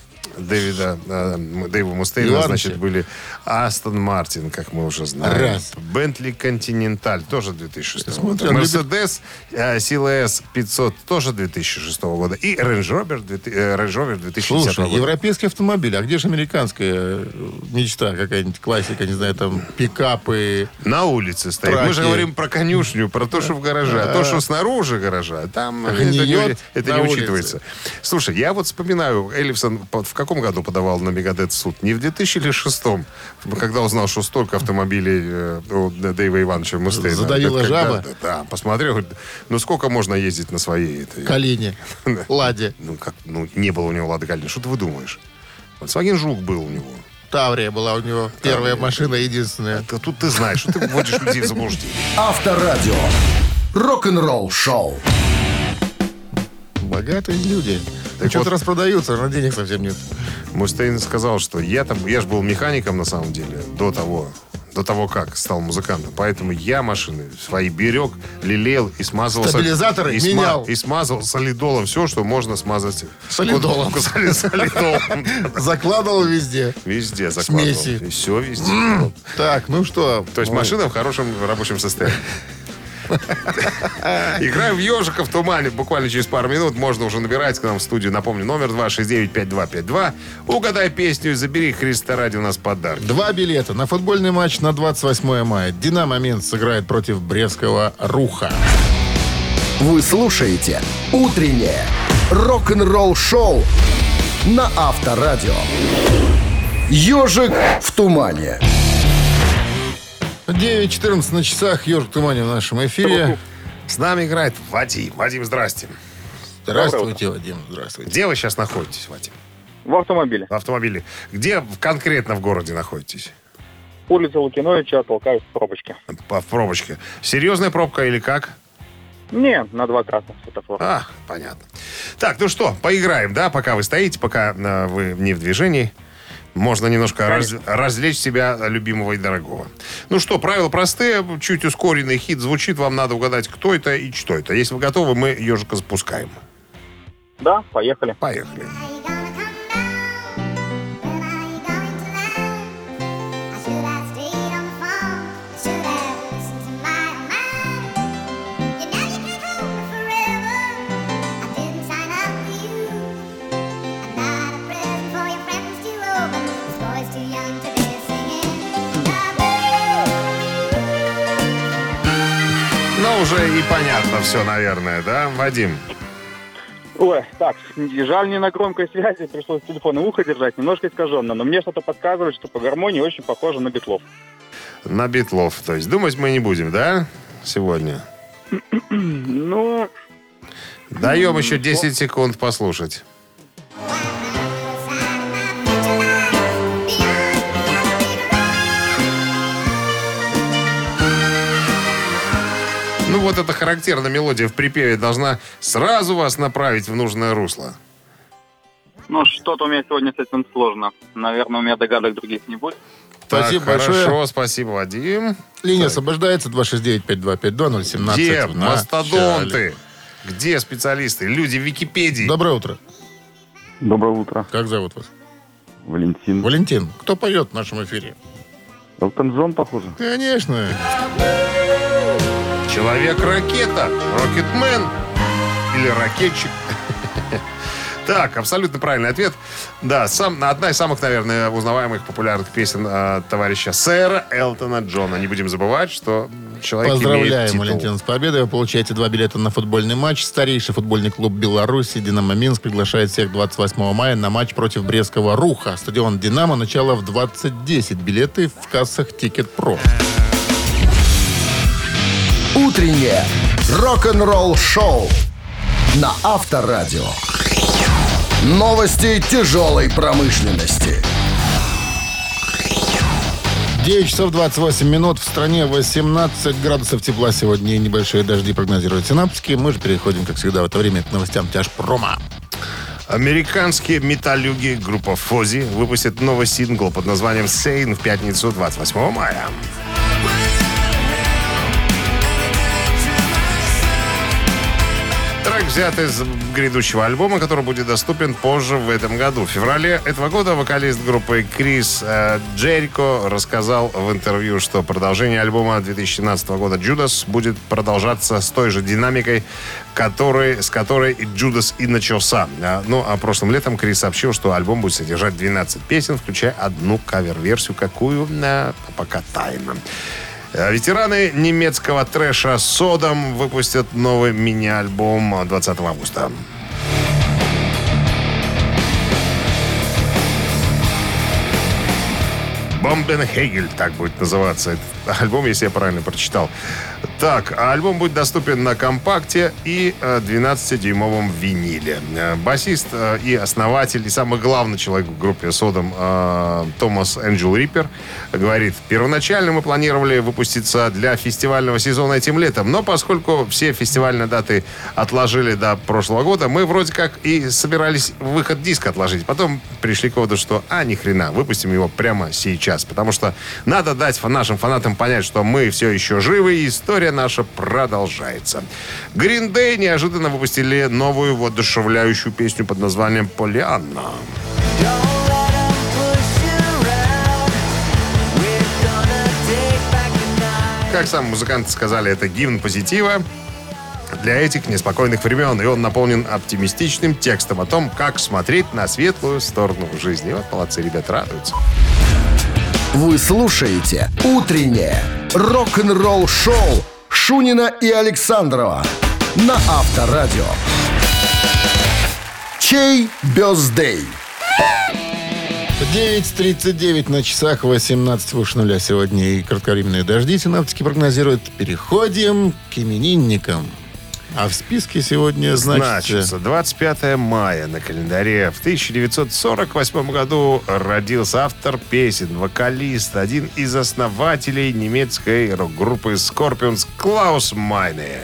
Дэйва Мустейна, значит, были Астон Мартин, как мы уже знаем. Бентли Континенталь, тоже 2006 года. Мерседес CLS 500, тоже 2006 года. И Range Rover 2010 года. Слушай, европейский автомобиль, а где же американская мечта, какая-нибудь классика, не знаю, там пикапы? На улице стоит. Траки. Мы же говорим про конюшню, про то, что в гараже. А то, что снаружи гаража, там это не учитывается. Слушай, я вот вспоминаю, Эллифсон в каком году подавал на Мегадет в суд? Не в 2006, когда узнал, что столько автомобилей у Дэйва Ивановича Мустейна. Задавила жаба? Да, посмотрел, говорит, сколько можно ездить на своей этой... Калине, Ладе. Не было у него Лады Калины. Что ты выдумаешь? Volkswagen Жук был у него. Таврия была у него. Первая машина, единственная. Тут ты знаешь, что ты вводишь людей в заблуждение. Авторадио. Рок-н-ролл шоу. Богатые люди. Что-то распродаются, но денег совсем нет. Мустейн сказал, что я же был механиком на самом деле до того, как стал музыкантом. Поэтому я машины свои берег, лелеял и смазывал... Стабилизаторы менял. И смазывал солидолом все, что можно смазать. Солидолом. Закладывал везде. Везде закладывал. Смеси. И все везде. Так, что? То есть машина в хорошем рабочем состоянии. Играем в «Ежика в тумане». Буквально через пару минут можно уже набирать к нам в студию. Напомню, номер 269-5252. Угадай песню и забери Христа ради у нас подарок. 2 билета на футбольный матч на 28 мая. «Динамо» Минск сыграет против Брестского «Руха». Вы слушаете «Утреннее рок-н-ролл-шоу» на Авторадио. «Ежик в тумане». 9:14 на часах. «Ежик в тумане» в нашем эфире. С нами играет Вадим. Вадим, здрасте. Здравствуйте, Вадим. Здравствуйте. Где вы сейчас находитесь, Вадим? В автомобиле. В автомобиле. Где конкретно в городе находитесь? Улица Лукиновича, толкаюсь в пробочке. В пробочке. Серьезная пробка или как? Не, на 2 красных светофора. Понятно. Так, что, поиграем, да, пока вы стоите, пока вы не в движении. Можно немножко развлечь себя, любимого и дорогого. Что, правила простые, чуть ускоренный хит звучит, вам надо угадать, кто это и что это. Если вы готовы, мы ежика запускаем. Да, поехали. Поехали. Уже и понятно все, наверное, да, Вадим? Ой, так, жаль, не на громкой связи, пришлось телефон в ухо держать, немножко искаженно, но мне что-то подсказывает, что по гармонии очень похоже на Битлов. На Битлов, то есть думать мы не будем, да, сегодня? Даем еще 10 секунд послушать. Эта характерная мелодия в припеве должна сразу вас направить в нужное русло. Что-то у меня сегодня с этим сложно. Наверное, у меня догадок других не будет. Спасибо большое. Хорошо, спасибо, Вадим. Линия освобождается 269-5252-017. Где мастодонты? Где специалисты? Люди в Википедии. Доброе утро. Доброе утро. Как зовут вас? Валентин. Валентин. Кто поет в нашем эфире? Элтон Джон, похоже. Конечно. Человек-ракета, Рокетмен или ракетчик. Так, абсолютно правильный ответ. Да, одна из самых, наверное, узнаваемых популярных песен товарища сэра Элтона Джона. Не будем забывать, что человек имеет Поздравляем, титул. Валентин, с победой. Вы получаете 2 билета на футбольный матч. Старейший футбольный клуб Беларуси «Динамо Минск» приглашает всех 28 мая на матч против Брестского «Руха». Стадион «Динамо», начало в 20:10. Билеты в кассах «Тикет.Про». Утреннее рок-н-ролл-шоу на Авторадио. Новости тяжелой промышленности. 9 часов 28 минут. В стране 18 градусов тепла сегодня и небольшие дожди прогнозируют синаптики. Мы же переходим, как всегда, в это время к новостям тяжпрома. Американские металлюги группа Фоззи выпустят новый сингл под названием «Sane» в пятницу 28 мая. Трек взят из грядущего альбома, который будет доступен позже в этом году. В феврале этого года вокалист группы Крис Джерико рассказал в интервью, что продолжение альбома 2017 года «Judas» будет продолжаться с той же динамикой, с которой «Judas» и начался. Ну, а прошлым летом Крис сообщил, что альбом будет содержать 12 песен, включая одну кавер-версию, какую пока тайна. Ветераны немецкого трэша Sodom выпустят новый мини-альбом 20 августа. Бомбенхегель, так будет называться этот альбом, если я правильно прочитал. Так, альбом будет доступен на компакте и 12-дюймовом виниле. Басист и основатель, и самый главный человек в группе Sodom Томас Энджел Риппер говорит: первоначально мы планировали выпуститься для фестивального сезона этим летом, но поскольку все фестивальные даты отложили до прошлого года, мы вроде как и собирались выход диска отложить. Потом пришли к выводу, что ни хрена, выпустим его прямо сейчас, потому что надо дать нашим фанатам понять, что мы все еще живы, и история наша продолжается. Green Day неожиданно выпустили новую воодушевляющую песню под названием «Полианна». Как сам музыканты сказали, это гимн позитива для этих неспокойных времен, и он наполнен оптимистичным текстом о том, как смотреть на светлую сторону жизни. Вот молодцы, ребята, радуются. Вы слушаете «Утреннее рок-н-ролл-шоу» Шунина и Александрова на Авторадио. Чей бёздей? 9:39 на часах, 18 выше нуля сегодня и кратковременные дожди синаптики прогнозируют. Переходим к именинникам. А в списке сегодня значится 25 мая на календаре. В 1948 году родился автор песен, вокалист, один из основателей немецкой рок-группы Scorpions Клаус Майне.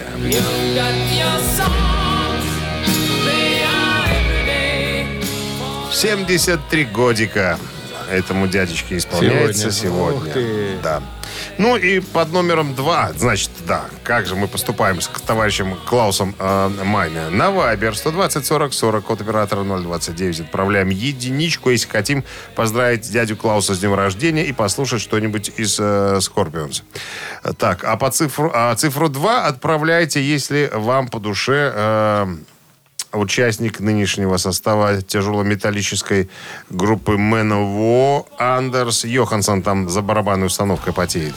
73 годика этому дядечке исполняется сегодня. Да. Ну и под номером 2, значит, да, как же мы поступаем с товарищем Клаусом Майне. На Viber 120 40 40, код оператора 029, отправляем единичку, если хотим поздравить дядю Клауса с днем рождения и послушать что-нибудь из Scorpions. Так, а по цифру 2 отправляйте, если вам по душе участник нынешнего состава тяжелометаллической группы Manowar Андерс Йоханссон там за барабанной установкой потеет.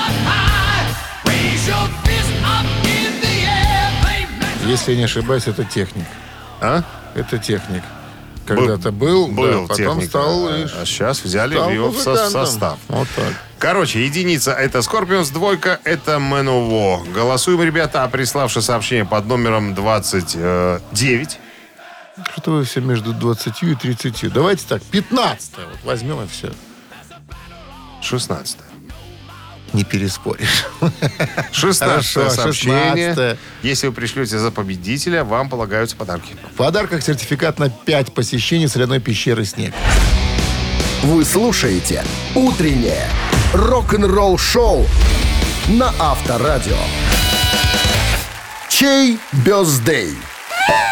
Если я не ошибаюсь, это техник. А? Это техник. Когда-то был, да, потом техник, стал... А сейчас взяли его в состав. Вот так. Короче, единица — это Scorpions, двойка — это Manowar. Голосуем, ребята, приславши сообщение под номером 29. Что-то вы все между 20 и 30. Давайте так, 15 вот возьмем и все. 16. Не переспоришь. 16 сообщение. 16. Если вы пришлете за победителя, вам полагаются подарки. В подарках сертификат на 5 посещений соляной пещеры «Снег». Вы слушаете «Утреннее рок-н-ролл-шоу» на Авторадио. Чей бёздей?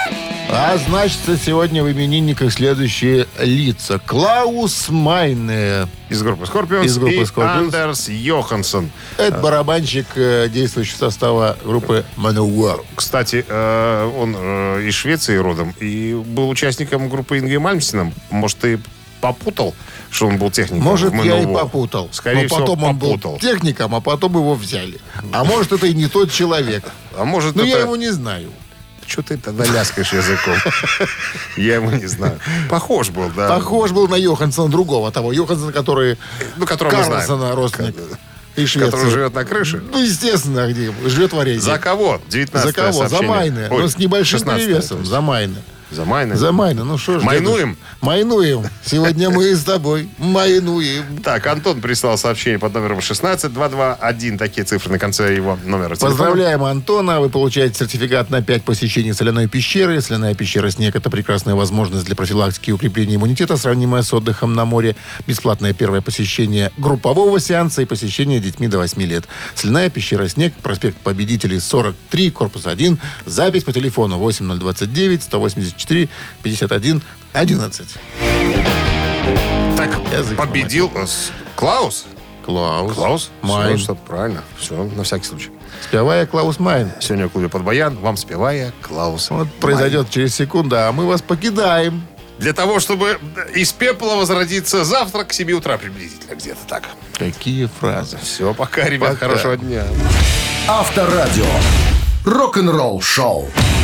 А значится, сегодня в именинниках следующие лица. Клаус Майне. Из группы Скорпионс и Андерс Йоханссон. Это барабанщик действующего состава группы Manowar. Кстати, он из Швеции родом и был участником группы Ингви Мальмстена. Может, ты попутал, что он был техником? Может, я и попутал. Скорее всего, потом он был техником, а потом его взяли. А может, это и не тот человек. А может, я его не знаю. Что ты тогда ляскаешь языком? Я его не знаю. Похож был, да. Похож был на Йоханссона другого, того Йоханссона, который... которого мы знаем. Карлсона, родственник. И Швеция. Который живет на крыше? Ну, естественно, где живет в аренде. За кого? 19-е За кого? сообщение. За Майне. Но с небольшим перевесом. За Майне. За Майне? За Майне. Ну что ж. Майнуем? Майнуем. Сегодня мы с тобой майнуем. Так, Антон прислал сообщение под номером 16221. Такие цифры на конце его номера телефона. Поздравляем Антона. Вы получаете сертификат на 5 посещений соляной пещеры. Соляная пещера «Снег» — это прекрасная возможность для профилактики и укрепления иммунитета, сравнимая с отдыхом на море. Бесплатное первое посещение группового сеанса и посещение детьми до 8 лет. Соляная пещера «Снег», проспект Победителей, 43, корпус 1. Запись по телефону 8029 184 51 11. Так, победил Клаус? Клаус Майн. Что-то правильно. Все, на всякий случай. Спевая Клаус Майн. Сегодня в клубе под баян. Вам спевая Клаус Вот произойдет через секунду, а мы вас покидаем. Для того, чтобы из пепла возродиться завтра к 7 утра приблизительно. Где-то так. Какие фразы. Все, пока, ребят. Хорошего дня. Авторадио. Рок-н-ролл шоу.